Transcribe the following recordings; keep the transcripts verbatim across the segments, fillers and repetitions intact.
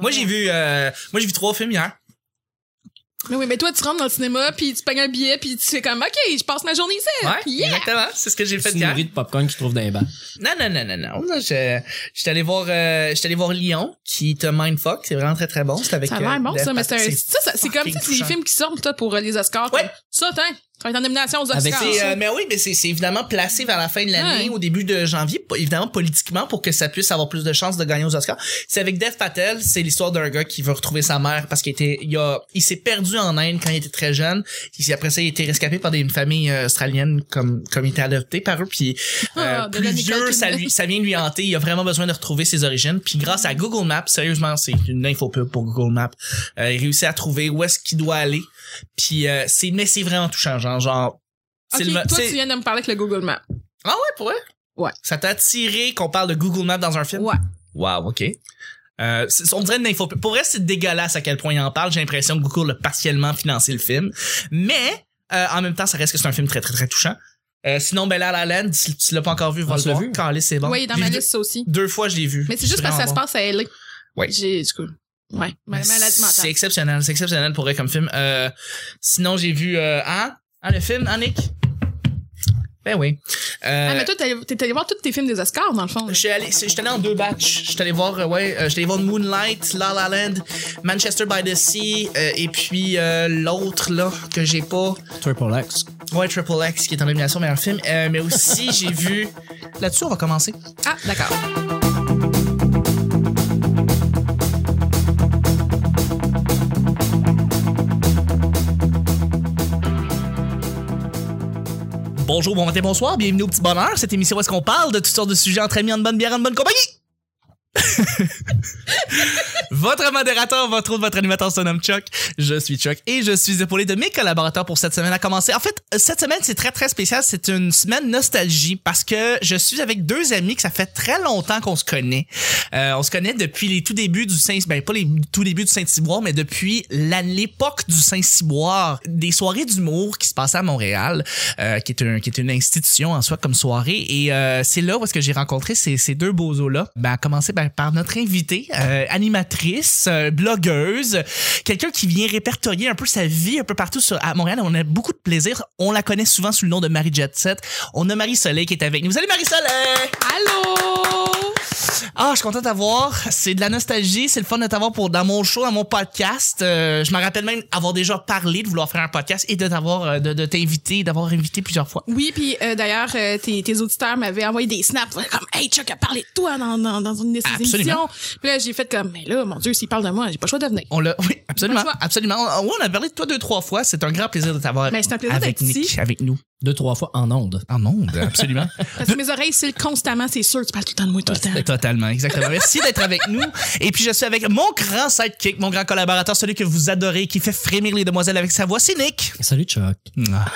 Moi, j'ai vu, euh, moi, j'ai vu trois films hier. Mais oui, mais toi, tu rentres dans le cinéma, puis tu payes un billet, puis tu fais comme, OK, je passe ma journée ici. Ouais, yeah! exactement. C'est ce que j'ai fait C'est une hier. nourrie de popcorn qui se trouve dans les bancs. Non, non, non, non, non. Là, je, j'étais allé voir, euh, j'étais allé voir Lyon, qui te mindfuck. C'est vraiment très, très bon. C'est avec, Ça a l'air euh, bon, Dev ça, mais c'est, un, Patel. ça, ça, c'est comme ça, c'est les touchant. films qui sortent, toi, pour euh, les Oscars. Ouais. Comme, ça, tiens, ça va être en nomination aux Avec Oscars. C'est, ça. euh, mais oui, mais c'est, c'est évidemment placé vers la fin de l'année, Ouais. au début de janvier, p- évidemment politiquement, pour que ça puisse avoir plus de chances de gagner aux Oscars. C'est avec Dev Patel, c'est l'histoire d'un gars qui veut retrouver sa mère parce qu'il était, il a, il s'est perdu en Inde quand il était très jeune. Puis après ça, il a été rescapé par des familles euh, australiennes comme, comme il était adopté par eux. Puis euh, Ah, de plus la Nicole vieux, ça Kidman. lui, ça vient de lui hanter. Il a vraiment besoin de retrouver ses origines. Puis grâce à Google Maps, sérieusement, c'est une infopub pour Google Maps. Euh, il réussit à trouver où est-ce qu'il doit aller. Puis euh, c'est, mais c'est vraiment touchant, genre, genre. OK, c'est le- toi, c'est- tu viens de me parler avec le Google Maps. Ah ouais, pour vrai? Ouais. Ça t'a attiré qu'on parle de Google Maps dans un film? Ouais. Wow, ok. Euh, c'est- on dirait une info. Pour vrai, c'est dégueulasse à quel point il en parle. J'ai l'impression que Google a partiellement financé le film. Mais, euh, en même temps, ça reste que c'est un film très, très, très touchant. Euh, sinon, ben La La Land, si tu l'as pas encore vu, va Ah, le tu l'as voir. vu? Caliste, c'est bon. Oui, dans J'ai ma vu liste, ça aussi. Deux, deux fois, je l'ai vu. Mais c'est juste parce que ça se Vraiment passe à L A. Ouais. J'ai, du coup, ouais, ma bon. maladie C'est mentale. exceptionnel, c'est exceptionnel pour vrai comme film. Euh, sinon, j'ai vu, euh, hein? Hein, le film, Annick? Ben oui. Euh, Ah, mais toi, t'es allé- t'es allé voir tous tes films des Oscars, dans le fond. là. Je suis allé, c'est- j'étais allé en deux batchs. J'étais allé voir, euh, ouais, euh, j'étais allé voir Moonlight, La La Land, Manchester by the Sea, euh, et puis euh, l'autre là que j'ai pas, Triple X. ouais, Triple X qui est en nomination meilleur film. Euh, mais aussi j'ai vu. Là-dessus, on va commencer. Ah, d'accord. Bonjour, bon matin, bonsoir, bienvenue au Petit Bonheur. Cette émission où est-ce qu'on parle de toutes sortes de sujets entre amis, en bonne bière, en bonne compagnie. Votre modérateur, votre autre, votre animateur se nomme Chuck. Je suis Chuck et je suis épaulé de mes collaborateurs pour cette semaine à commencer. En fait, cette semaine, c'est très, très spécial. C'est une semaine nostalgie parce que je suis avec deux amis que ça fait très longtemps qu'on se connaît. Euh, on se connaît depuis les tout débuts du Saint... Ben, pas les tout débuts du Saint-Cyboire, mais depuis la- l'époque du Saint-Cyboire. Des soirées d'humour qui se passaient à Montréal, euh, qui est un, qui est une institution en soi comme soirée. Et euh, c'est là où est-ce que j'ai rencontré ces, ces deux bozos-là. Ben, à commencer ben, par notre invitée, euh, animatrice, euh, blogueuse, quelqu'un qui vient répertorier un peu sa vie un peu partout sur, à Montréal. On a beaucoup de plaisir. On la connaît souvent sous le nom de Marie Jet Set. On a Marie Soleil qui est avec nous. Salut Marie Soleil! Allô? Ah, je suis content de t'avoir. C'est de la nostalgie. C'est le fun de t'avoir pour, dans mon show, dans mon podcast. Euh, je me rappelle même avoir déjà parlé de vouloir faire un podcast et de t'avoir, euh, de, de t'inviter, d'avoir invité plusieurs fois. Oui, puis euh, d'ailleurs, euh, tes, tes auditeurs m'avaient envoyé des snaps comme « Hey, Chuck a parlé de toi dans, dans, dans une de ses Absolument. émissions. » Puis là, j'ai fait comme « Mais là, mon Dieu, s'il parle de moi, j'ai pas le choix de venir. On l'a, oui, absolument, Pas le choix. absolument. On, on a parlé de toi deux, trois fois. C'est un grand plaisir de t'avoir Ben, c'est un plaisir avec d'être Nick, ici. avec nous. Deux, trois fois en ondes. En ondes, absolument. » Parce que mes oreilles cillent constamment, c'est sûr, tu parles tout le temps de moi, tout le temps. Totalement, exactement. Merci d'être avec nous. Et puis, je suis avec mon grand sidekick, mon grand collaborateur, celui que vous adorez, qui fait frémir les demoiselles avec sa voix, c'est Nick. Salut Chuck. Ah.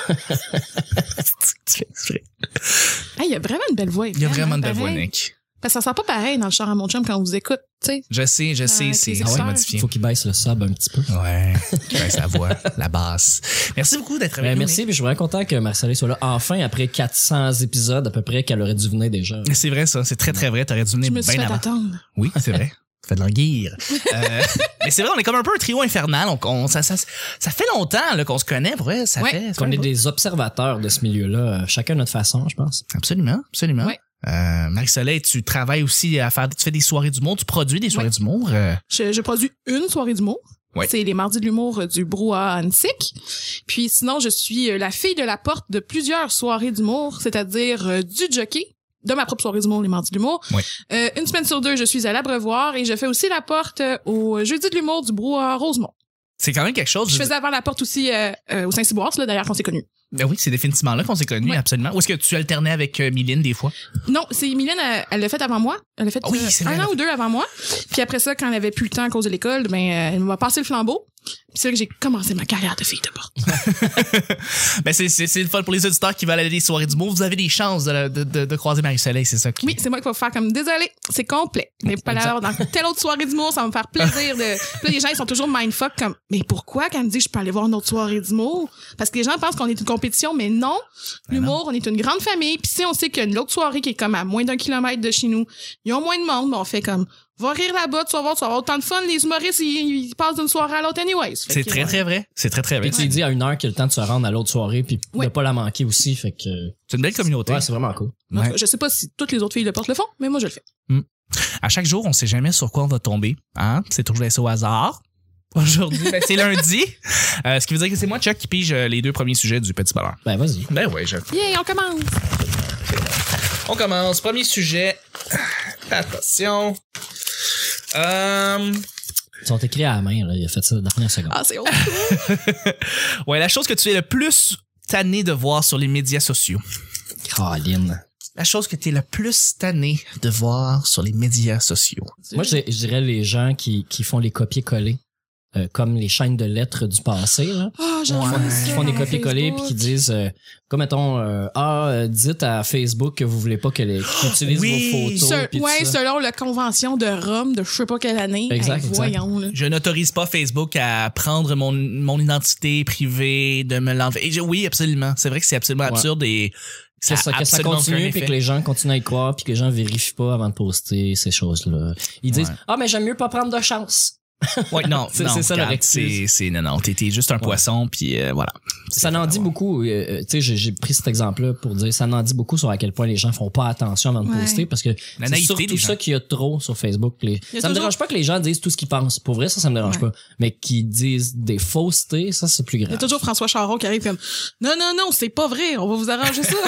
Tu fais exprès. Hey, il y a vraiment une belle voix. Il y a vraiment une belle voix, pareil. Nick. Parce que ça sent pas pareil dans le char à mon chum quand on vous écoute, tu sais. Je sais, je sais, avec c'est les c'est écouteurs. modifié. Faut qu'il baisse le sub un petit peu. Ouais, ouais, sa voix, la basse. Merci beaucoup d'être avec Ben, nous. merci, puis je suis vraiment content que Marcel soit là enfin après quatre cents épisodes à peu près qu'elle aurait dû venir déjà. Nick. C'est vrai, ça. C'est très, très vrai. T'aurais dû venir Je me suis bien fait avant. attendre. Oui, c'est vrai. Ça fait de languir. Euh, mais c'est vrai, on est comme un peu un trio infernal. On, on- ça, ça, ça fait longtemps là, qu'on se connaît, pour vrai. Ça Ouais. fait. ça On fait est des observateurs de ce milieu-là, euh, chacun à notre façon, je pense. Absolument, absolument. Ouais. Euh, Marie-Soleil, tu travailles aussi à faire, tu fais des soirées d'humour, tu produis des soirées Ouais. d'humour. euh, Je, je produis une soirée d'humour. Ouais. C'est les mardis de l'humour euh, du Brouhaha Annecy. Puis sinon, je suis euh, la fille de la porte de plusieurs soirées d'humour, c'est-à-dire euh, du jockey, de ma propre soirée d'humour, les mardis de l'humour. Ouais. Euh, une semaine sur deux, je suis à l'Abreuvoir et je fais aussi la porte euh, au jeudi de l'humour du Brouhaha Rosemont. c'est quand même quelque chose. Je je- faisais avant la porte aussi euh, euh, au Saint-Cyboire, c'est là d'ailleurs qu'on s'est connus. Ben oui, c'est définitivement là qu'on s'est connus, Ouais. absolument. Ou est-ce que tu alternais avec euh, Mylène des fois? Non, c'est Mylène, elle, elle l'a fait avant moi. Elle l'a fait Ah oui, euh, c'est vrai, un elle an a ou deux avant moi. Puis après ça, quand elle avait plus le temps à cause de l'école, ben euh, elle m'a passé le flambeau. Puis c'est là que j'ai commencé ma carrière de fille de porte. Ben c'est, c'est, c'est le fun pour les auditeurs qui veulent aller à des soirées d'humour. Vous avez des chances de, de, de, de croiser Marie-Soleil, c'est ça qui... Oui, c'est moi qui vais faire comme désolé, c'est complet. Mais pas l'avoir dans telle autre soirée d'humour, ça va me faire plaisir de. Puis là, les gens ils sont toujours mindfuck comme mais pourquoi quand elle me dit que je peux aller voir une autre soirée d'humour? Parce que les gens pensent qu'on est une compétition, mais non. L'humour, on est une grande famille. Puis si on sait qu'il y a une autre soirée qui est comme à moins d'un kilomètre de chez nous, ils ont moins de monde, mais on fait comme Va rire là-bas, tu vas voir, tu vas avoir autant de fun. Les humoristes, ils, ils passent d'une soirée à l'autre anyways. Fait C'est que, très, ouais. très vrai. C'est très, très vrai. Puis tu lui dis à une heure qu'il y a le temps de se rendre à l'autre soirée puis Ouais. de pas la manquer aussi. Fait que. C'est une belle communauté. Ouais, c'est vraiment cool. En tout Ouais. cas, je sais pas si toutes les autres filles le portent le font, mais moi, je le fais. À chaque jour, on sait jamais sur quoi on va tomber. Hein? C'est toujours laissé au hasard. Aujourd'hui, ben, c'est lundi. Euh, ce qui veut dire que c'est moi, Chuck, qui pige euh, les deux premiers sujets du Petit Bonheur. Ben, vas-y. Ben ouais, je... Yeah, on commence! On commence. Premier sujet. Attention. Euh... Ils sont écrits à la main, là. Il a fait ça dans la dernière seconde. Ah, c'est autre. Ouais, la chose que tu es le plus tanné de voir sur les médias sociaux. Caroline. La chose que tu es le plus tanné de voir sur les médias sociaux. Moi, je, je dirais les gens qui, qui font les copier-coller. Euh, comme les chaînes de lettres du passé, là. Ah, j'ai Qui font, entendu qui ça font des dans copier-coller puis Facebook. qui disent euh, comme mettons euh, ah euh, dites à Facebook que vous voulez pas que les qu'ils utilisent Oui. vos photos Se- puis tout ouais, ça. selon la convention de Rome de je sais pas quelle année. Exact, Hey, exact. voyons, là. Je n'autorise pas Facebook à prendre mon, mon identité privée, de me l'enlever. Et je- Oui, absolument. C'est vrai que c'est absolument Ouais. absurde et C'est ça, que ça absolument aucun continue puis effet. que les gens continuent à y croire puis que les gens vérifient pas avant de poster ces choses-là. Ils disent Ouais. ah mais j'aime mieux pas prendre de chance. Ouais, non, C'est- non, c'est ça, la regarde, rectitude. c'est, c'est, non, non, t'es, t'es juste un poisson, puis euh, voilà. Ça n'en dit beaucoup. euh, tu sais, j'ai, j'ai pris cet exemple-là pour dire ça n'en dit beaucoup sur à quel point les gens font pas attention avant de Ouais. poster parce que La c'est naïveté surtout des gens. ça qu'il y a trop sur Facebook. Les... Il y a Ça me toujours- dérange pas que les gens disent tout ce qu'ils pensent. Pour vrai, ça, ça me dérange Ouais. pas. Mais qu'ils disent des faussetés, ça, c'est plus Il y a grave. toujours François Charon qui arrive comme non, non, non, c'est pas vrai, on va vous arranger ça.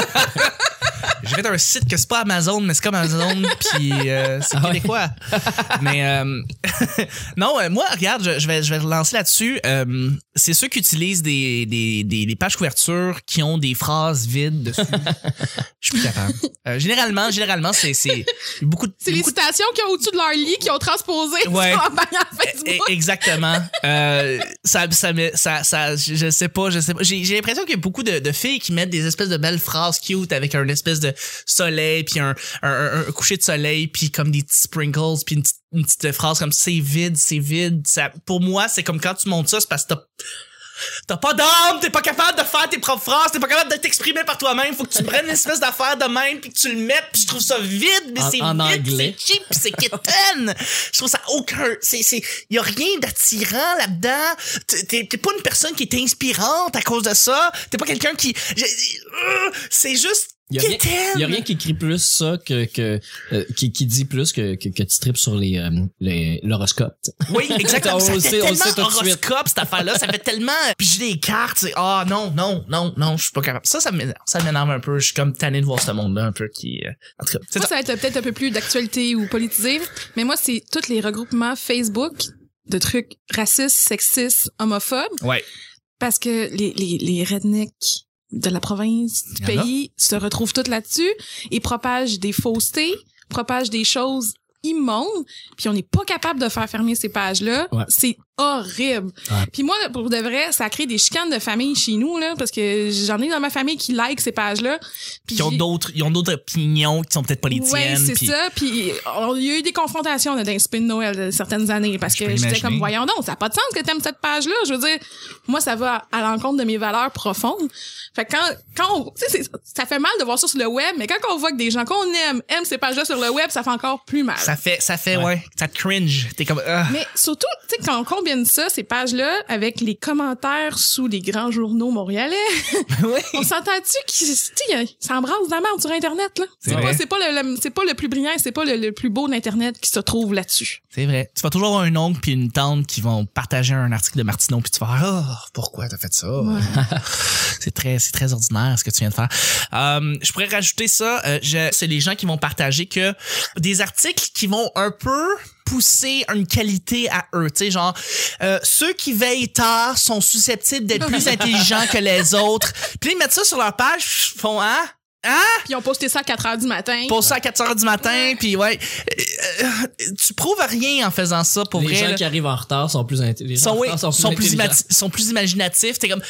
J'ai fait un site que c'est pas Amazon, mais c'est comme Amazon, puis euh, c'est Ah ouais. québécois. Mais euh, non, euh, moi, regarde, je, je vais, je vais relancer là-dessus. Euh, c'est ceux qui utilisent des, des, des, des pages couvertures qui ont des phrases vides dessus. Je suis plus capable. Euh, généralement, généralement, c'est, c'est beaucoup de. C'est les beaucoup de- citations qu'il y a au-dessus de leur lit qui ont transposé Ouais. sur la bannière Facebook. E- Exactement. Euh, ça, ça, me- ça, ça, je je sais pas, je sais pas. J'ai, j'ai l'impression qu'il y a beaucoup de, de filles qui mettent des espèces de belles phrases cute avec un espèce de soleil, puis un, un, un, un coucher de soleil, puis comme des petits sprinkles, puis une petite, une petite phrase comme c'est vide, c'est vide. Ça, pour moi, c'est comme quand tu montes ça, c'est parce que t'as T'as pas d'âme, t'es pas capable de faire tes propres phrases, t'es pas capable de t'exprimer par toi-même, faut que tu prennes une espèce d'affaire de même puis que tu le mettes, puis je trouve ça vide, mais En- c'est en vide, anglais. c'est cheap, pis c'est kitten. Je trouve ça aucun, c'est c'est y a rien d'attirant là-dedans. T'es- T'es t'es pas une personne qui est inspirante à cause de ça, t'es pas quelqu'un qui j'ai- euh, c'est juste Il y a rien, kitten. il y a rien qui écrit plus ça que, que euh, qui, qui dit plus que, que, que tu tripes sur les, euh, les l'horoscope. t'sais. Oui, exactement. On Ça le fait sait, on le tellement sait tout de suite. horoscope, cette affaire-là. Ça fait tellement piger des cartes. c'est, Ah, non, non, non, non, je suis pas capable. Ça, ça m'énerve, ça m'énerve un peu. Je suis comme tanné de voir ce monde-là un peu qui... euh, En tout cas, c'est Moi, ça. ça va être peut-être un peu plus d'actualité ou politisé, mais moi, c'est tous les regroupements Facebook de trucs racistes, sexistes, homophobes, Ouais. parce que les, les, les rednecks de la province, du Il y en a. pays, se retrouvent toutes là-dessus et propagent des faussetés, propagent des choses immondes, puis on n'est pas capable de faire fermer ces pages-là. Ouais. C'est horrible. Ouais. Puis moi, pour de vrai, ça crée des chicanes de famille chez nous, là, parce que j'en ai dans ma famille qui like ces pages-là. Puis Qui ont j'ai- d'autres, ils ont d'autres opinions qui sont peut-être pas les Ouais, tiennes. c'est puis- ça. Puis on- il y a eu des confrontations là, dans les spin de Noël de certaines années parce Je que peux j'étais imaginer. comme voyons donc, ça n'a pas de sens que t'aimes cette page-là. Je veux dire, moi ça va à l'encontre de mes valeurs profondes. Fait que quand quand on, tu sais, c'est- ça fait mal de voir ça sur le web, mais quand on voit que des gens qu'on aime aiment ces pages-là sur le web, ça fait encore plus mal. Ça fait, ça fait, Ouais. ouais, ça te cringe. T'es comme, ah. Mais surtout, tu sais, quand on combine ça, ces pages-là, avec les commentaires sous les grands journaux montréalais, Ouais. on s'entend-tu que, tu sais, ça embrasse de la merde sur Internet, là. C'est C'est vrai. pas, c'est pas le, le- c'est pas le plus brillant, c'est pas le, le plus beau d'Internet qui se trouve là-dessus. C'est vrai. Tu vas toujours avoir un oncle puis une tante qui vont partager un article de Martineau puis tu vas faire, oh, pourquoi t'as fait ça? c'est très, c'est très ordinaire ce que tu viens de faire. Euh, je pourrais rajouter ça. Euh, je, c'est les gens qui vont partager que des articles qui vont un peu pousser une qualité à eux, tu sais, genre euh, ceux qui veillent tard sont susceptibles d'être plus intelligents que les autres. Puis là, ils mettent ça sur leur page, ils font hein, hein, Puis ils ont posté ça à quatre heures du matin. pose ça à quatre heures du matin, puis ouais, euh, euh, tu prouves rien en faisant ça pour Les vrai. gens là. qui arrivent en retard sont plus intelligents. sont, oui, sont plus, sont, plus intelligents. imati- sont plus imaginatifs. T'es comme,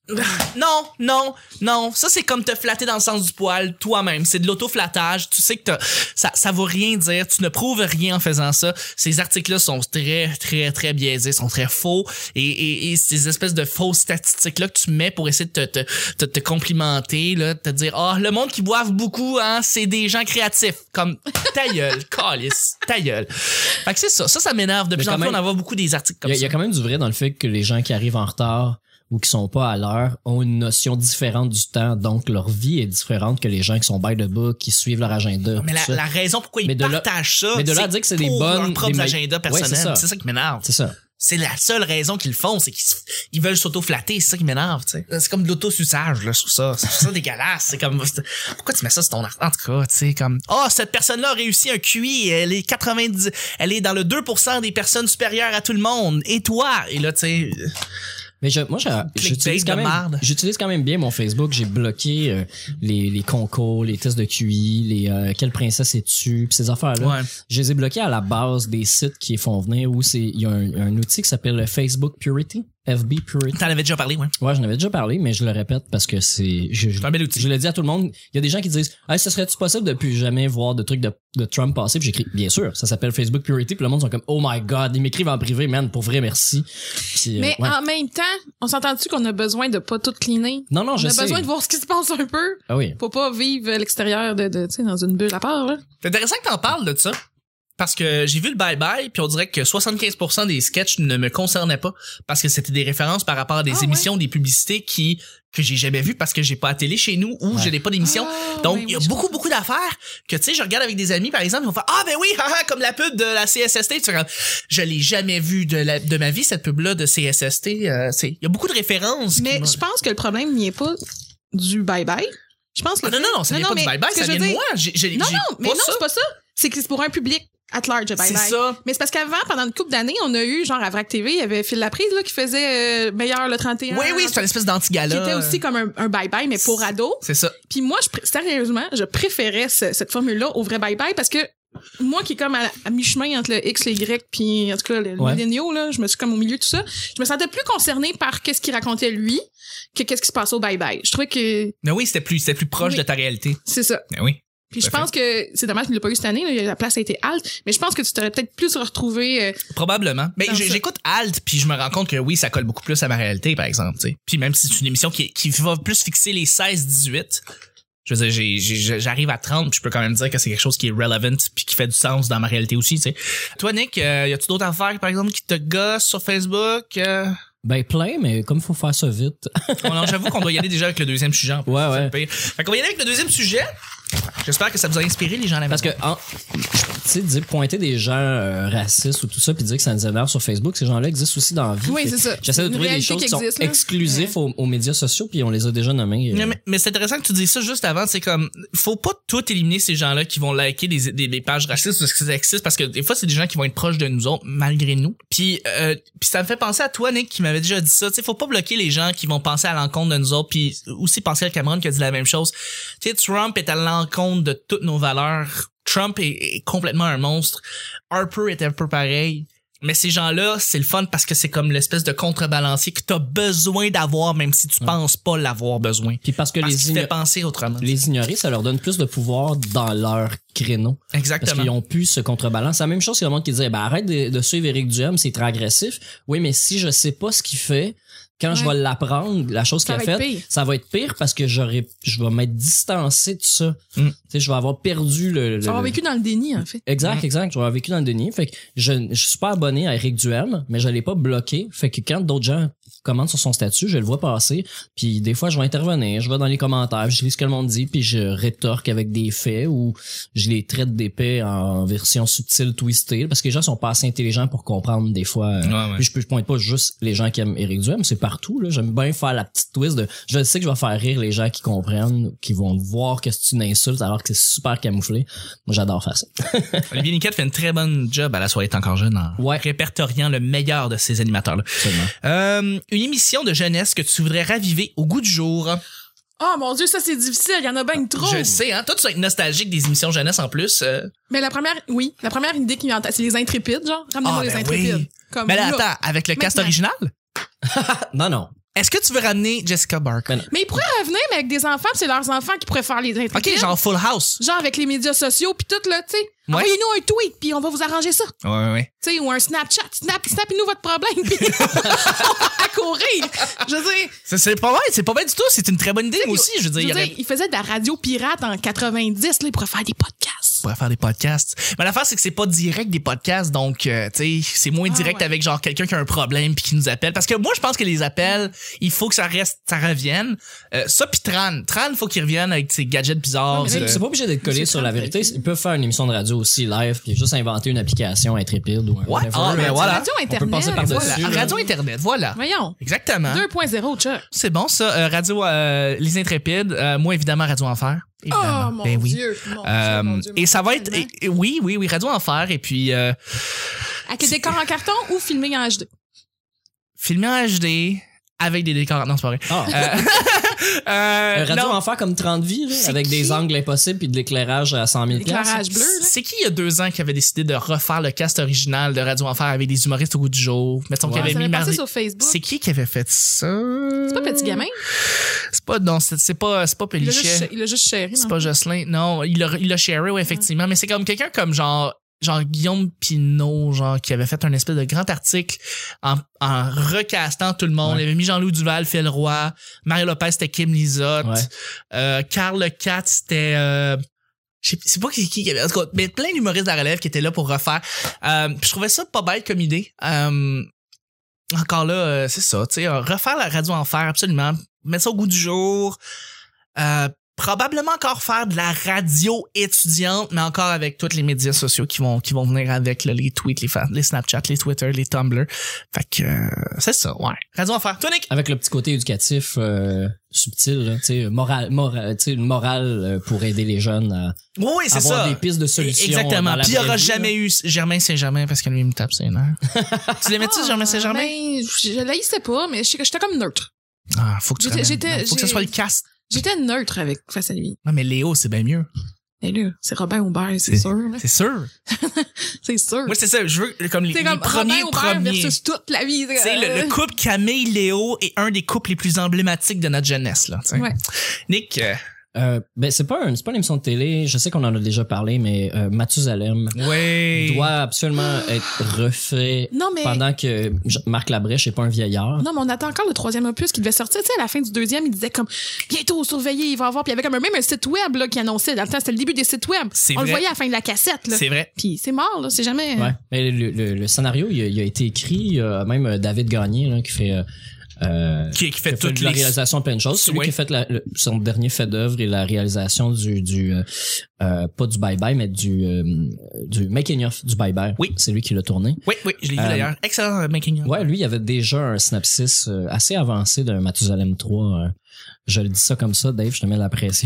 Non, non, non. Ça, c'est comme te flatter dans le sens du poil toi-même. C'est de l'auto-flattage. Tu sais que t'as, ça, ça vaut rien dire. Tu ne prouves rien en faisant ça. Ces articles-là sont très, très, très biaisés, sont très faux. Et, et, et ces espèces de fausses statistiques-là que tu mets pour essayer de te, te, te, te complimenter, là, te dire, ah, oh, le monde qui boive beaucoup, hein, c'est des gens créatifs. Comme, ta gueule, calice, ta gueule. Fait que c'est ça. Ça, ça m'énerve. De plus en plus, on en voit beaucoup des articles comme y a, ça. Il y a quand même du vrai dans le fait que les gens qui arrivent en retard ou qui sont pas à l'heure ont une notion différente du temps, donc leur vie est différente que les gens qui sont by the book, qui suivent leur agenda. Mais la, la raison pourquoi ils partagent ça, mais de là c'est à dire que c'est des pour bonnes, leur propre des agenda personnel. Ouais, c'est, ça. c'est ça qui m'énerve. C'est ça. C'est la seule raison qu'ils le font, c'est qu'ils ils veulent s'auto-flatter, c'est ça qui m'énerve, tu sais. C'est comme de l'auto-suçage, là, je trouve ça. C'est ça dégueulasse. C'est comme, c'est, pourquoi tu mets ça sur ton article? En tout cas, tu sais, comme, oh, cette personne-là a réussi un Q I, elle est quatre-vingt-dix, elle est dans le deux pour cent des personnes supérieures à tout le monde. Et toi? Et là, tu sais, mais je, moi, je, j'utilise quand même, j'utilise quand même bien mon Facebook. J'ai bloqué euh, les, les concours, les tests de Q I, les euh, quelle princesse es-tu, pis ces affaires-là. Ouais. Je les ai bloqués à la base des sites qui font venir où c'est, il y a un, un outil qui s'appelle le Facebook Purity. F B Purity. T'en avais déjà parlé, ouais. Ouais, j'en avais déjà parlé, mais je le répète parce que c'est, je, je, c'est un bel outil. Je le dis à tout le monde. Il y a des gens qui disent, hey, ce serait-tu possible de plus jamais voir de trucs de, de Trump passer? Puis j'écris, bien sûr, ça s'appelle Facebook Purity. Puis le monde sont comme, oh my god, ils m'écrivent en privé, man, pour vrai, merci. Puis, mais euh, ouais. en même temps, on s'entend-tu qu'on a besoin de pas tout cleaner? Non, non, je sais. On a besoin de voir ce qui se passe un peu. Ah oui. Faut pas vivre à l'extérieur de, de tu sais, dans une bulle à part, là. C'est intéressant que t'en parles de ça. Parce que j'ai vu le bye-bye, puis on dirait que soixante-quinze pour cent des sketchs ne me concernaient pas, parce que c'était des références par rapport à des ah, émissions, ouais. des publicités qui que j'ai jamais vues parce que j'ai pas à télé chez nous ou ouais. je n'ai pas d'émission. Ah, Donc, oui, il y a oui, beaucoup, beaucoup d'affaires que, tu sais, je regarde avec des amis, par exemple, ils vont faire « Ah, ben oui, haha, comme la pub de la C S S T. » Tu sais, je l'ai jamais vue de, la, de ma vie, cette pub-là de C S S T. Euh, il y a beaucoup de références. Mais je pense que le problème n'y est pas du bye-bye. Je pense que ah, non, non, non, ça non, vient non, pas du bye-bye, ça vient de moi. J'ai, j'ai, non, j'ai non, mais non, ça. c'est pas ça. C'est que c'est pour un public at large, bye c'est bye. ça. Mais c'est parce qu'avant, pendant une couple d'années, on a eu, genre, à Vrac T V, il y avait Phil Laprise, là, qui faisait euh, Meilleur le trente et un. Oui, oui, c'est une espèce d'anti-gala. Qui était aussi comme un, un bye-bye, mais pour ados. C'est ça. Puis moi, je, pr- sérieusement, je préférais ce, cette formule-là au vrai bye-bye parce que moi qui est comme à, à mi-chemin entre le X, le Y, puis en tout cas, le ouais. milléniaux, là, je me suis comme au milieu de tout ça, je me sentais plus concernée par qu'est-ce qu'il racontait lui que qu'est-ce qui se passait au bye-bye. Je trouvais que... Mais oui, c'était plus, c'était plus proche oui. de ta réalité. C'est ça. Mais oui. Puis je pense que c'est dommage qu'il l'a pas eu cette année, là, la place a été halte, mais je pense que tu t'aurais peut-être plus retrouvé euh, probablement. Mais j'ai, j'écoute Alt puis je me rends compte que oui, ça colle beaucoup plus à ma réalité par exemple, tu sais. Puis même si c'est une émission qui qui va plus fixer les seize dix-huit, je veux dire j'ai, j'ai j'arrive à trente, puis je peux quand même dire que c'est quelque chose qui est relevant puis qui fait du sens dans ma réalité aussi, tu sais. Toi Nick, euh, y a-tu d'autres affaires par exemple qui te gossent sur Facebook euh... Ben plein, mais comme il faut faire ça vite. Bon, non, j'avoue qu'on doit y aller déjà avec le deuxième sujet. En plus, ouais, ouais. Pire. Fait qu'on va y aller avec le deuxième sujet. J'espère que ça vous a inspiré les gens à la Parce maison. que, en, tu sais, dire pointer des gens euh, racistes ou tout ça, puis dire que ça nous énerve sur Facebook, ces gens-là existent aussi dans la vie. Oui, c'est ça. J'essaie de Une trouver des choses qui, qui existe, sont là. exclusives ouais. aux, aux médias sociaux, puis on les a déjà nommés. Euh... Mais, mais c'est intéressant que tu dises ça juste avant. C'est comme, faut pas tout éliminer ces gens-là qui vont liker des, des, des pages racistes parce que ça existe, parce que des fois c'est des gens qui vont être proches de nous autres malgré nous. Puis, euh, puis ça me fait penser à toi Nick qui m'avait déjà dit ça. Tu sais, faut pas bloquer les gens qui vont penser à l'encontre de nous autres. Puis aussi penser à Cameron qui a dit la même chose. Tu sais, Trump est à l'encontre de toutes nos valeurs. Trump est, est complètement un monstre. Harper est un peu pareil. Mais ces gens-là, c'est le fun parce que c'est comme l'espèce de contrebalancier que t'as besoin d'avoir même si tu ouais. penses pas l'avoir besoin. Puis parce que parce les qu'il igno- fait penser autrement. Les ignorer, ça leur donne plus de pouvoir dans leur créneau. Exactement. Parce qu'ils ont plus ce contrebalance. C'est la même chose que le monde qui disait, ben arrête de, de suivre Éric Duhem, c'est très agressif. Oui, mais si je sais pas ce qu'il fait, quand ouais. je vais l'apprendre, la chose qu'il a faite, ça va être pire parce que j'aurais, je vais m'être distancé de ça. Mm. Tu sais, je vais avoir perdu le, le. Tu vas avoir vécu dans le déni, en fait. Exact, mm. exact. Je vais avoir vécu dans le déni. Fait que je, je suis pas abonné à Éric Duhem, mais je l'ai pas bloqué. Fait que quand d'autres gens commentent sur son statut, je le vois passer. Puis des fois, je vais intervenir, je vais dans les commentaires, je lis ce que le monde dit, puis je rétorque avec des faits ou je les traite d'épais en version subtile, twistée, parce que les gens sont pas assez intelligents pour comprendre des fois. Ouais, ouais. Puis je, je pointe pas juste les gens qui aiment Éric Duhem, c'est partout. Là, j'aime bien faire la petite twist de. Je sais que je vais faire rire les gens qui comprennent, qui vont voir que c'est une insulte alors que c'est super camouflé. Moi, j'adore faire ça. Olivier Niquette fait une très bonne job à la soirée T'es encore jeune en ouais. répertoriant le meilleur de ces animateurs-là. Euh, une émission de jeunesse que tu voudrais raviver au goût du jour. Oh mon Dieu, ça c'est difficile, il y en a bien trop. Je le sais, hein. Toi, tu vas être nostalgique des émissions jeunesse en plus. Euh... Mais la première, oui, la première idée qui vient, c'est les Intrépides, genre. Ramenez-moi ah, les ben Intrépides. Oui. Comme mais là, là. attends, avec le cast Maintenant. original? non, non. Est-ce que tu veux ramener Jessica Barker? Ben, Mais ils pourraient revenir, mais avec des enfants, puis c'est leurs enfants qui pourraient faire les intrépides. OK, genre Full House. Genre avec les médias sociaux, puis tout, là, tu sais. Ouais. Envoyez-nous un tweet, puis on va vous arranger ça. Ouais, ouais, ouais. Tu sais, ou un Snapchat. Snap, snapez-nous votre problème, puis on va courir. Je veux dire... C'est, c'est pas mal, c'est pas mal du tout. C'est une très bonne idée, moi aussi. Je veux dire, Je il y veux aurait... dire, ils faisaient de la radio pirate en quatre-vingt-dix, là, ils pourraient faire des podcasts. On pourrait faire des podcasts. Mais l'affaire, c'est que c'est pas direct des podcasts, donc, euh, tu sais, c'est moins Ah, direct ouais. avec genre quelqu'un qui a un problème puis qui nous appelle. Parce que moi, je pense que les appels, il faut que ça reste, ça revienne. Euh, ça pis Tran. Tran, faut qu'il revienne avec ses gadgets bizarres. Ouais, mais C'est de- c'est pas obligé d'être collé C'est sur ça, la vérité. fait. Ils peuvent faire une émission de radio aussi live, puis juste inventer une application intrépide ou un Ouais. whatever. Ah, ben là. voilà. Radio On peut Internet. passer par-dessus. Voilà. là. Radio Internet, voilà. Voyons. Exactement. deux point zéro, Chuck. C'est bon, ça. Euh, radio, euh, Les Intrépides. Euh, moi, évidemment, Radio Enfer. Évidemment. Oh, mon Ben oui. Dieu. Mon Euh, Dieu, mon Dieu, et mon ça va Dieu, être, tellement. et- et- oui, oui, oui, Radio Enfer. Et puis, euh, Avec des décors en carton ou filmé en H D? filmé en H D avec des décors. Non, c'est pas vrai. Ah. Euh, euh, Un radio non. enfer comme trente vies, là, C'est avec qui? des angles impossibles puis de l'éclairage à cent mille L'éclairage piastres. bleu, là. C'est qui il y a deux ans qui avait décidé de refaire le cast original de Radio Enfer avec des humoristes au goût du jour? Mettons Ouais, qu'il avait Ça mis avait passé Marie- sur Facebook. C'est qui qui avait fait ça? C'est pas Petit Gamin? C'est pas, non, c'est, c'est pas, c'est pas Il l'a Pélichet. juste, il l'a juste sharé, C'est non? pas Jocelyn. Non, il l'a, il l'a sharé, oui, effectivement. Mais c'est comme quelqu'un comme genre, genre Guillaume Pinault, genre, qui avait fait un espèce de grand article en, en recastant tout le monde. Ouais. Il avait mis Jean-Louis Duval, Phil Roy. Marie Lopez, c'était Kim Lizotte. Ouais. Euh, Carl Cat, c'était, euh, je sais c'est pas qui qui qui avait, en tout cas, mais plein d'humoristes de la relève qui étaient là pour refaire. Euh, puis je trouvais ça pas bête comme idée. Euh, encore là, euh, c'est ça, tu sais, euh, refaire la Radio Enfer, absolument. Mettre ça au goût du jour. Euh, probablement encore faire de la radio étudiante, mais encore avec tous les médias sociaux qui vont qui vont venir avec, là, les tweets, les, fa- les Snapchat, les Twitter, les Tumblr. Fait que euh, c'est ça, ouais. Radio Enfer. Toi, Nick? Avec le petit côté éducatif euh, subtil, là, tu sais, moral, moral, tu sais, une morale euh, pour aider les jeunes à Oui, oui, c'est avoir ça. des pistes de solutions. Exactement. dans la Puis il y vraie aura vie, jamais là. eu Germain Saint-Germain parce que lui, il me tape ses nerfs. Tu l'aimais-tu, Germain Saint-Germain? Ben, je l'haïssais pas, mais je- j'étais comme neutre. Ah, faut que tu J'étais- ramènes. j'étais- Non, faut que ce j'ai- soit le cast. J'étais neutre avec face à lui. Non, mais Léo, c'est bien mieux. Et là, c'est Robin Aubert, c'est C'est- sûr. là. C'est sûr. C'est sûr. Moi, c'est ça. Je veux comme les, C'est les comme premiers Robin Aubert premiers. versus toute la vie. Tu sais, le, le couple Camille Léo est un des couples les plus emblématiques de notre jeunesse, là. tu sais. Ouais. Nick, euh, Euh, ben c'est pas un, c'est pas une émission de télé. Je sais qu'on en a déjà parlé, mais euh, Mathusalem ouais. doit absolument être refait Non, mais. pendant que Marc Labrèche est pas un vieillard. Non, mais on attend encore le troisième opus qui devait sortir. Tu sais, à la fin du deuxième, il disait comme bientôt surveillé, il va avoir. Puis il y avait comme un- même un site web là, qui annonçait. Dans le temps, c'était le début des sites web. C'est on vrai. le voyait à la fin de la cassette. Là. C'est vrai. Puis c'est mort, là. C'est jamais. Ouais. Mais le, le, le scénario, il a, il a été écrit, euh, même euh, David Gagné, là, qui fait, euh, euh, Qui, qui fait qui a fait toutes de la les. réalisation de plein de choses. Celui Ouais. qui a fait la- le- son dernier fait d'œuvre et la réalisation du, du euh, euh, pas du Bye Bye, mais du, euh, du making of du Bye Bye. Oui. C'est lui qui l'a tourné. Oui, oui, je l'ai vu Euh, d'ailleurs. Excellent making of. Ouais, lui, il avait déjà un synopsis euh, assez avancé d'un Mathusalem trois. euh, je le dis ça comme ça, Dave, je te mets la pression.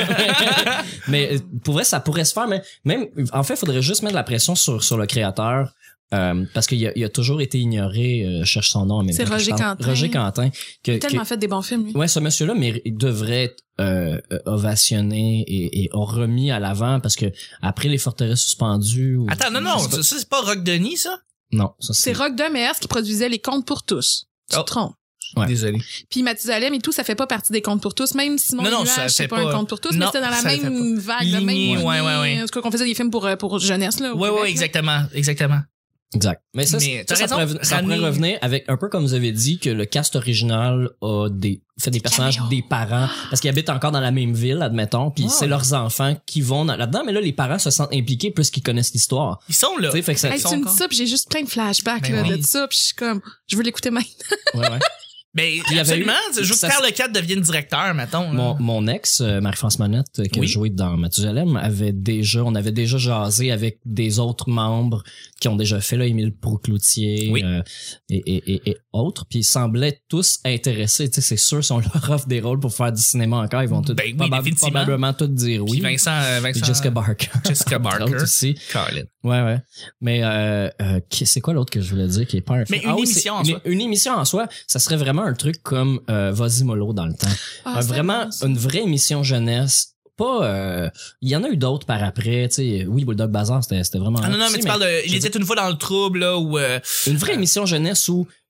mais euh, pour vrai, ça pourrait se faire, mais même, en fait, il faudrait juste mettre la pression sur, sur le créateur. Euh, parce qu'il a, il a toujours été ignoré, euh, je cherche son nom en même C'est temps que Roger je parle. Quentin. Roger Quentin. Que, Il a tellement que- fait des bons films, lui. ouais, ce monsieur-là, mais il devrait être euh, euh, ovationné et, et remis à l'avant parce que après les forteresses suspendues. Ou, Attends, non, non, Je sais ça, ça, c'est pas Rock Denis, ça? pas. Non, ça C'est c'est. Rock Demers qui produisait Les Contes pour tous. Tu Oh. te trompes. Ouais. Désolé. Puis Mathusalem et tout, ça fait pas partie des Contes pour tous. Même Simon Non, non, Nuage, ça c'est fait pas, pas- un Conte pour tous, non, mais c'était dans la ça le fait même vague, la même Lignée, lignée. ouais, ouais, ouais. En tout cas, qu'on faisait des films pour, euh, pour jeunesse, là. au Ouais, Québec, ouais, là. exactement, exactement. Exact. Mais ça, Mais c'est- t'as ça, ça raison, pourrait, ça ramener- pourrait revenir avec un peu comme vous avez dit que le cast original a des fait des personnages caméos. des parents parce qu'ils habitent encore dans la même ville, admettons, puis Ouais. c'est leurs enfants qui vont dans- là-dedans, mais là les parents se sentent impliqués puisqu'ils connaissent l'histoire. Ils sont là. Tu sais, fait que ça, Hey, tu me dis ça, puis j'ai juste plein de flashbacks Ben là, oui. de ça, puis je suis comme, je veux l'écouter maintenant. ouais, ouais. Ben, il y avait absolument. eu- Je veux que ça- Carl Lecade devienne directeur, mettons. Mon, là. mon ex, euh, Marie-France Monette, euh, qui Oui. a joué dans Mathusalem, avait déjà, on avait déjà jasé avec des autres membres qui ont déjà fait, là, Émile Proucloutier, Oui. euh, et, et, et, et autres, puis ils semblaient tous intéressés. Tu sais, c'est sûr, si on leur offre des rôles pour faire du cinéma encore, ils vont tous, Ben oui, probab- définitivement. probablement tous dire Puis oui. Vincent, euh, Puis Vincent. Jessica Barker. Jessica Barker. L'autre aussi. Colin. Ouais, ouais. Mais euh, euh, qui- c'est quoi l'autre que je voulais dire qui est pas un Mais film? une oui, émission c'est- en une, soi. Une émission en soi, ça serait vraiment un truc comme euh, Vas-y Mollo dans le temps. Ah, Euh, c'est vraiment bon, ça. une vraie émission jeunesse. Pas, euh, il y en a eu d'autres par après, tu sais. Oui, Bulldog Bazar, c'était, c'était vraiment. Ah non, non, aussi, mais tu parles de, il je était veux une fois dans le trouble, là, où, euh, une vraie émission jeunesse où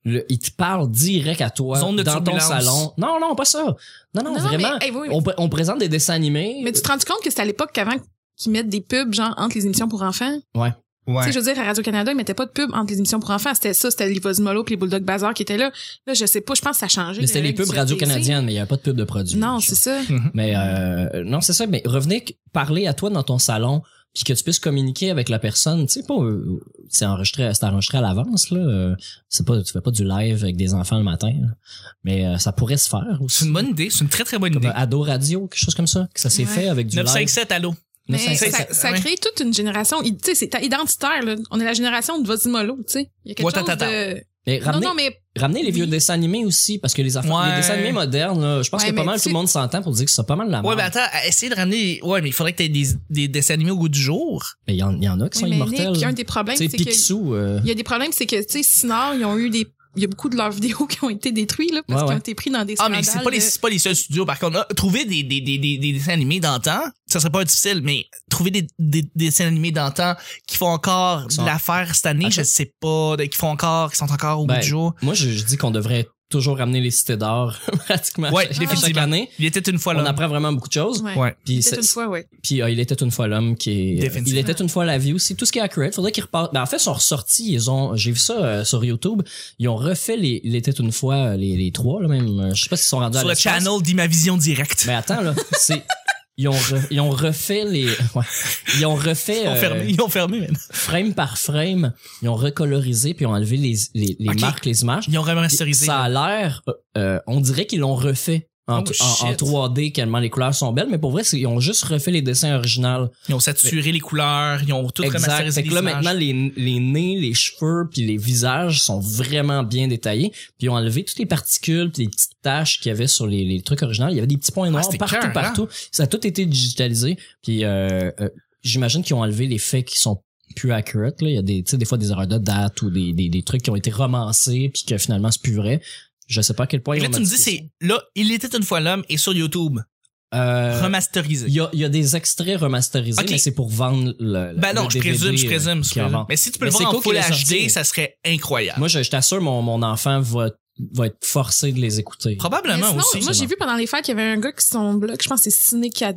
le, il te parle direct à toi Zone de dans ton turbulence. salon. Non, non, pas ça. Non, non, Non, vraiment. mais, hey, oui, oui. On, on présente des dessins animés. Mais tu te rends compte que c'était à l'époque qu'avant qu'ils mettent des pubs, genre, entre les émissions pour enfants? Ouais. Tu Ouais. sais, je veux dire, à Radio-Canada, ils mettaient pas de pub entre les émissions pour enfants. C'était ça, c'était les Vozimolo pis les Bulldog Bazar qui étaient là. Là, je sais pas, je pense que ça a changé. Mais c'était les règles pubs du radio-canadiennes, mais il y avait pas de pub de produits. Non, c'est ça. Mais euh, non, c'est ça. Mais revenez parler à toi dans ton salon, puis que tu puisses communiquer avec la personne. Tu sais pas, euh, c'est enregistré, c'est enregistré à l'avance là. Euh, c'est pas, tu fais pas du live avec des enfants le matin. Là. Mais euh, ça pourrait se faire aussi. C'est une bonne idée, c'est une très très bonne Comme idée. Ado Radio, quelque chose comme ça, que ça s'est Ouais. fait avec du neuf cinq live. sept, allô? Mais neuf cinq ça, sept. ça ouais. crée toute une génération. Tu sais, c'est identitaire, là. On est la génération de Vozimolo, tu sais. Il y a quelque Ouais, chose attends, de... Mais ramenez, Non, non, mais... ramenez les vieux Oui. dessins animés aussi, parce que les, enfants, Ouais. les dessins animés modernes, là, je pense Ouais, que pas mais mal tu tout le sais- monde s'entend pour dire que c'est pas mal de la Ouais, merde. mais attends, essayer de ramener. Ouais, mais il faudrait que t'aies des, des dessins animés au goût du jour. Mais il y, en- il y en a qui Oui, sont mais immortels. Nick, un des problèmes, Tu sais, c'est que... Picsou, euh, Il y a des problèmes, c'est que, tu sais, Sinor, ils ont eu des... Il y a beaucoup de leurs vidéos qui ont été détruites, là, parce Ouais, qu'ils ouais. ont été pris dans des Ah, scandales. mais c'est pas les, de- c'est pas les seuls studios. Par contre, ah, trouver des, des, des, des, des dessins animés d'antan, ça serait pas difficile, mais trouver des, des, des dessins animés d'antan qui font encore Qui sont- de l'affaire cette année, Attends. je sais pas, de- qui font encore, qui sont encore au Ben, bout du jour. moi, je, je dis qu'on devrait toujours ramener les cités d'or pratiquement Ouais, chaque- chaque définitivement. année. Il était une fois On là. apprend vraiment beaucoup de choses. Ouais. Ouais. Puis C'était c'est- une fois, ouais. Puis euh, il était une fois l'homme qui est. Définitivement. Il était une fois la vie aussi. Tout ce qui est accurate. Faudrait qu'ils repartent. Ben, en fait, ils sont ressortis. Ils ont. J'ai vu ça euh, sur YouTube. Ils ont refait les. Il était une fois euh, les, les trois là même. Euh, Je sais pas s'ils sont rendus Sur à le l'espace. channel d'Imavision Direct. Mais attends là, c'est. Ils ont, re- ils ont refait les. Ouais. Ils ont refait Ils ont euh, fermé, ils ont fermé, man. frame par frame. Ils ont recolorisé puis ils ont enlevé les les, les Ok. marques, les images. Ils ont remasterisé. Ça a l'air. euh, euh, on dirait qu'ils l'ont refait. En, Oh, en, en shit. trois D, tellement les couleurs sont belles, mais pour vrai, c'est- ils ont juste refait les dessins originaux. Ils ont saturé les couleurs, ils ont tout Exact. remasterisé Fait que les là, images. maintenant, les, les nez, les cheveux, puis les visages sont vraiment bien détaillés. Puis ils ont enlevé toutes les particules, puis les petites taches qu'il y avait sur les, les trucs originaux. Il y avait des petits points noirs c'était partout, cœur, hein? partout. Ça a tout été digitalisé. Puis euh, euh, j'imagine qu'ils ont enlevé les faits qui sont plus accurate. Là. Il y a des, tu sais, des fois des erreurs de date ou des, des, des trucs qui ont été romancés puis que finalement c'est plus vrai. Je sais pas à quel point Et ils là, ont tu me dis, modifié c'est, là, il était une fois l'homme et sur YouTube, ça. Euh, remasterisé. Il y a, il y a des extraits remasterisés, Ok. mais c'est pour vendre le. Ben non, le je D V D, présume, je euh, présume. je qui en présume. vend. Mais si tu peux Mais le c'est voir en cool full qu'il est H D, sorti. ça serait incroyable. Moi, je, je t'assure, mon, mon enfant va, va être forcé de les écouter. Mais Probablement sinon, aussi. moi, j'ai vu pendant les fêtes qu'il y avait un gars qui son blog, je pense que c'est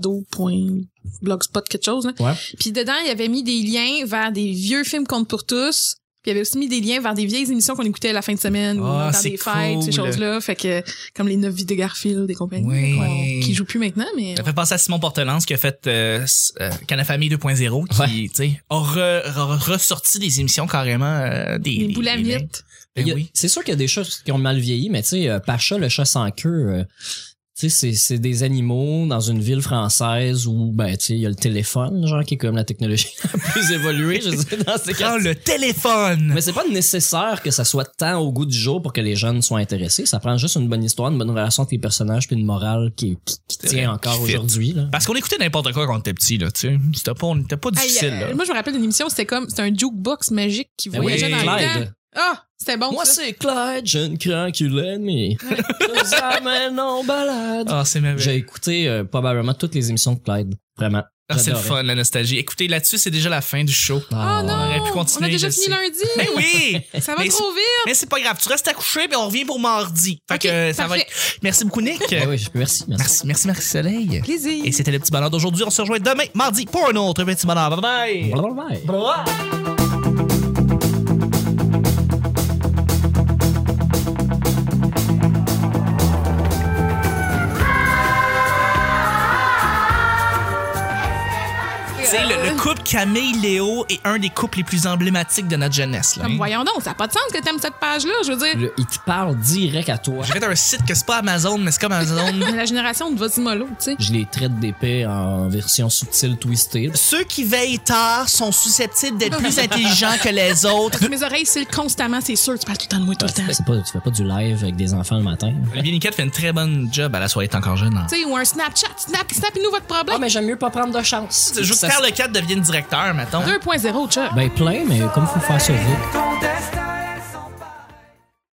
cinécado.blogspot quelque chose, là. Ouais. Puis dedans, il avait mis des liens vers des vieux films Compte pour tous. Puis il avait aussi mis des liens vers des vieilles émissions qu'on écoutait à la fin de semaine, ou Ah, dans c'est des fêtes, cool. ces choses-là. Fait que, comme les neuf vies de Garfield, des compagnies. Oui. qu'on- qui jouent plus maintenant, mais. Ça fait penser à Simon Portelance qui a fait euh, s- euh, Canafamille deux point zéro qui, Ouais. tu sais, a re- re- ressorti des émissions carrément euh, des... Les des- boules à des- mythes. Ben Il y a- oui. C'est sûr qu'il y a des choses qui ont mal vieilli, mais tu sais, euh, Pacha, le chat sans queue, euh, tu sais, c'est, c'est des animaux dans une ville française où, ben, tu sais, il y a le téléphone, genre, qui est comme la technologie la plus évoluée, je sais, dans ces Prends cas. le téléphone! Mais c'est pas nécessaire que ça soit tant au goût du jour pour que les jeunes soient intéressés. Ça prend juste une bonne histoire, une bonne relation avec les personnages, puis une morale qui, qui, qui C'est tient vrai, encore qui fit. aujourd'hui, là. Parce qu'on écoutait n'importe quoi quand on était petit, là, tu sais. C'était pas, on était pas Hey, difficile, euh, là. moi, je me rappelle d'une émission, c'était comme, c'était un jukebox magique qui Ben voyageait oui, dans le temps. Clyde. Ah, c'était bon, Moi, ça. c'est Clyde, je ne crains que l'ennemi. Je vous amène en balade. Ah, c'est merveilleux. J'ai écouté euh, probablement toutes les émissions de Clyde. Vraiment. Ah, c'est le J'adorais. fun, la nostalgie. Écoutez, là-dessus, c'est déjà la fin du show. Ah on non! aurait pu continuer, On a déjà je fini sais. lundi! Ben oui! Ça va Mais trop vite! Mais c'est pas grave, tu restes à coucher puis on revient pour mardi. Fait Ok, que euh, ça va parfait. être... Merci beaucoup, Nick. Ah oui, merci, merci. Merci, merci, merci Soleil. Plaisir! Et c'était le petit bonheur d'aujourd'hui. On se rejoint demain, mardi, pour un autre petit bonheur. Bye bye! Bye. Tu sais, le, le couple Camille-Léo est un des couples les plus emblématiques de notre jeunesse. Là. Comme, voyons donc, ça n'a pas de sens que t'aimes cette page-là, je veux dire. Le- il te parle direct à toi. J'ai fait un site que c'est pas Amazon, mais c'est comme Amazon. On est la génération de Vozimolo, tu sais. Je les traite d'épais en version subtile twistée. Ceux qui veillent tard sont susceptibles d'être plus intelligents que les autres. Mes oreilles cillent constamment, c'est sûr, tu parles tout le temps de moi tout le temps. C'est pas, tu fais pas du live avec des enfants le matin. Olivier Niquette fait une très bonne job à la soirée encore jeune. hein. Tu sais, ou un Snapchat, snap, snap-nous votre Ah, problème. mais j'aime mieux pas prendre de chance. Je veux que Ça- Carl Le quatre devienne directeur, mettons. deux point zéro, Chuck. Ben plein, mais comme faut faire ça vite. Ton destin